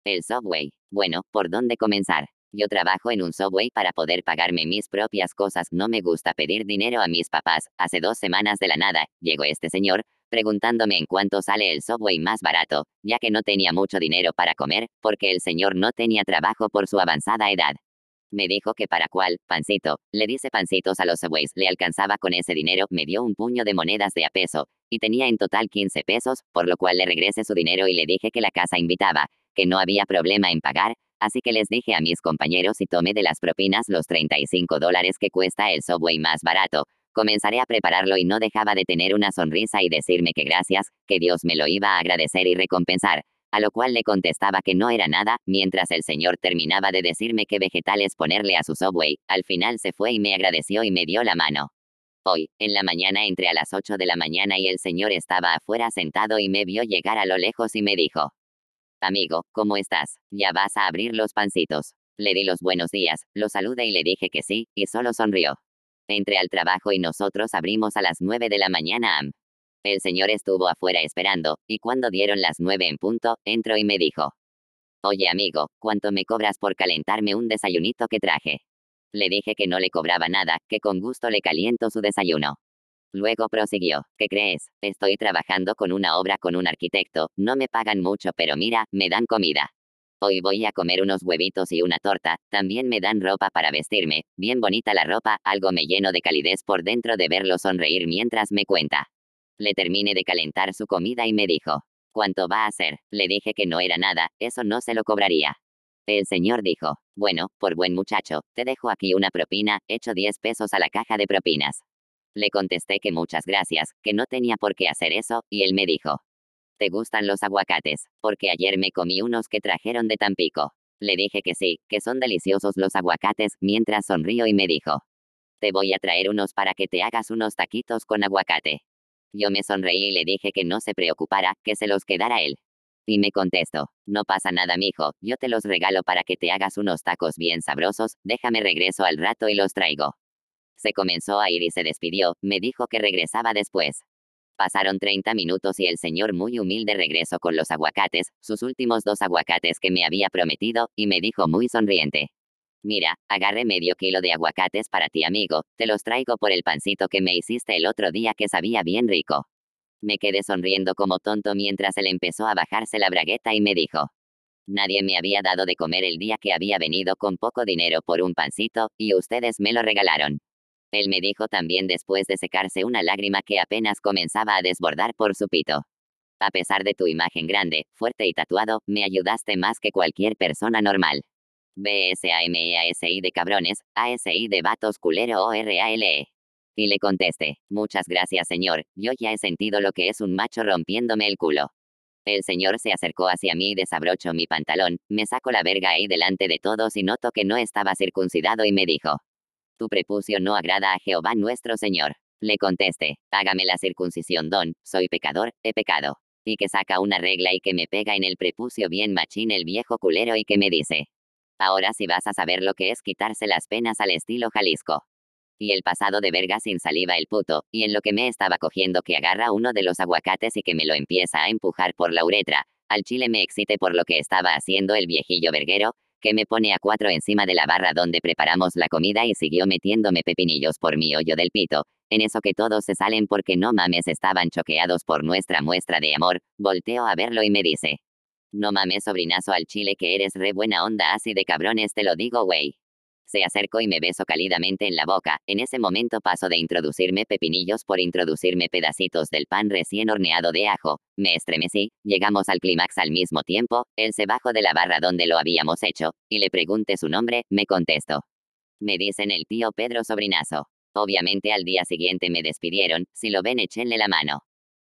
El Subway. Bueno, ¿por dónde comenzar? Yo trabajo en un Subway para poder pagarme mis propias cosas. No me gusta pedir dinero a mis papás. Hace 2 semanas de la nada, llegó este señor, preguntándome en cuánto sale el Subway más barato, ya que no tenía mucho dinero para comer, porque el señor no tenía trabajo por su avanzada edad. Me dijo que para cuál, pancito, le dice pancitos a los Subways, le alcanzaba con ese dinero, me dio un puño de monedas de a peso, y tenía en total 15 pesos, por lo cual le regresé su dinero y le dije que la casa invitaba, que no había problema en pagar, así que les dije a mis compañeros y tomé de las propinas los $35 que cuesta el Subway más barato. Comenzaré a prepararlo y no dejaba de tener una sonrisa y decirme que gracias, que Dios me lo iba a agradecer y recompensar. A lo cual le contestaba que no era nada, mientras el señor terminaba de decirme qué vegetales ponerle a su Subway. Al final se fue y me agradeció y me dio la mano. Hoy, en la mañana entré a las 8 de la mañana y el señor estaba afuera sentado y me vio llegar a lo lejos y me dijo: amigo, ¿cómo estás? ¿Ya vas a abrir los pancitos? Le di los buenos días, lo saludé y le dije que sí, y solo sonrió. Entré al trabajo y nosotros abrimos a las 9 de la mañana. El señor estuvo afuera esperando, y cuando dieron las 9 en punto, entró y me dijo: oye amigo, ¿cuánto me cobras por calentarme un desayunito que traje? Le dije que no le cobraba nada, que con gusto le caliento su desayuno. Luego prosiguió: ¿qué crees? Estoy trabajando con una obra con un arquitecto, no me pagan mucho pero mira, me dan comida. Hoy voy a comer unos huevitos y una torta, también me dan ropa para vestirme, bien bonita la ropa, algo me lleno de calidez por dentro de verlo sonreír mientras me cuenta. Le terminé de calentar su comida y me dijo: ¿cuánto va a ser? Le dije que no era nada, eso no se lo cobraría. El señor dijo: bueno, por buen muchacho, te dejo aquí una propina, echo 10 pesos a la caja de propinas. Le contesté que muchas gracias, que no tenía por qué hacer eso, y él me dijo: ¿te gustan los aguacates? Porque ayer me comí unos que trajeron de Tampico. Le dije que sí, que son deliciosos los aguacates, mientras sonrío y me dijo: te voy a traer unos para que te hagas unos taquitos con aguacate. Yo me sonreí y le dije que no se preocupara, que se los quedara él. Y me contestó: no pasa nada mijo, yo te los regalo para que te hagas unos tacos bien sabrosos, déjame regreso al rato y los traigo. Se comenzó a ir y se despidió, me dijo que regresaba después. Pasaron 30 minutos y el señor muy humilde regresó con los aguacates, sus últimos 2 aguacates que me había prometido, y me dijo muy sonriente: mira, agarré medio kilo de aguacates para ti amigo, te los traigo por el pancito que me hiciste el otro día que sabía bien rico. Me quedé sonriendo como tonto mientras él empezó a bajarse la bragueta y me dijo: nadie me había dado de comer el día que había venido con poco dinero por un pancito, y ustedes me lo regalaron. Él me dijo también después de secarse una lágrima que apenas comenzaba a desbordar por su pito: a pesar de tu imagen grande, fuerte y tatuado, me ayudaste más que cualquier persona normal. BSAMEASI de cabrones, ASI de vatos culero ORALE. Y le contesté: muchas gracias señor, yo ya he sentido lo que es un macho rompiéndome el culo. El señor se acercó hacia mí y desabrochó mi pantalón, me sacó la verga ahí delante de todos y notó que no estaba circuncidado y me dijo: tu prepucio no agrada a Jehová nuestro Señor. Le contesté: hágame la circuncisión don, soy pecador, he pecado. Y que saca una regla y que me pega en el prepucio bien machín el viejo culero y que me dice: ahora sí vas a saber lo que es quitarse las penas al estilo Jalisco. Y el pasado de verga sin saliva el puto, y en lo que me estaba cogiendo que agarra uno de los aguacates y que me lo empieza a empujar por la uretra. Al chile me excité por lo que estaba haciendo el viejillo verguero, que me pone a 4 encima de la barra donde preparamos la comida y siguió metiéndome pepinillos por mi hoyo del pito. En eso que todos se salen porque no mames estaban choqueados por nuestra muestra de amor, volteo a verlo y me dice: no mames sobrinazo al chile que eres re buena onda así de cabrones te lo digo güey. Se acercó y me besó cálidamente en la boca, en ese momento paso de introducirme pepinillos por introducirme pedacitos del pan recién horneado de ajo, me estremecí, llegamos al clímax al mismo tiempo, él se bajó de la barra donde lo habíamos hecho, y le pregunté su nombre, me contestó: me dicen el tío Pedro sobrinazo. Obviamente al día siguiente me despidieron, si lo ven échenle la mano.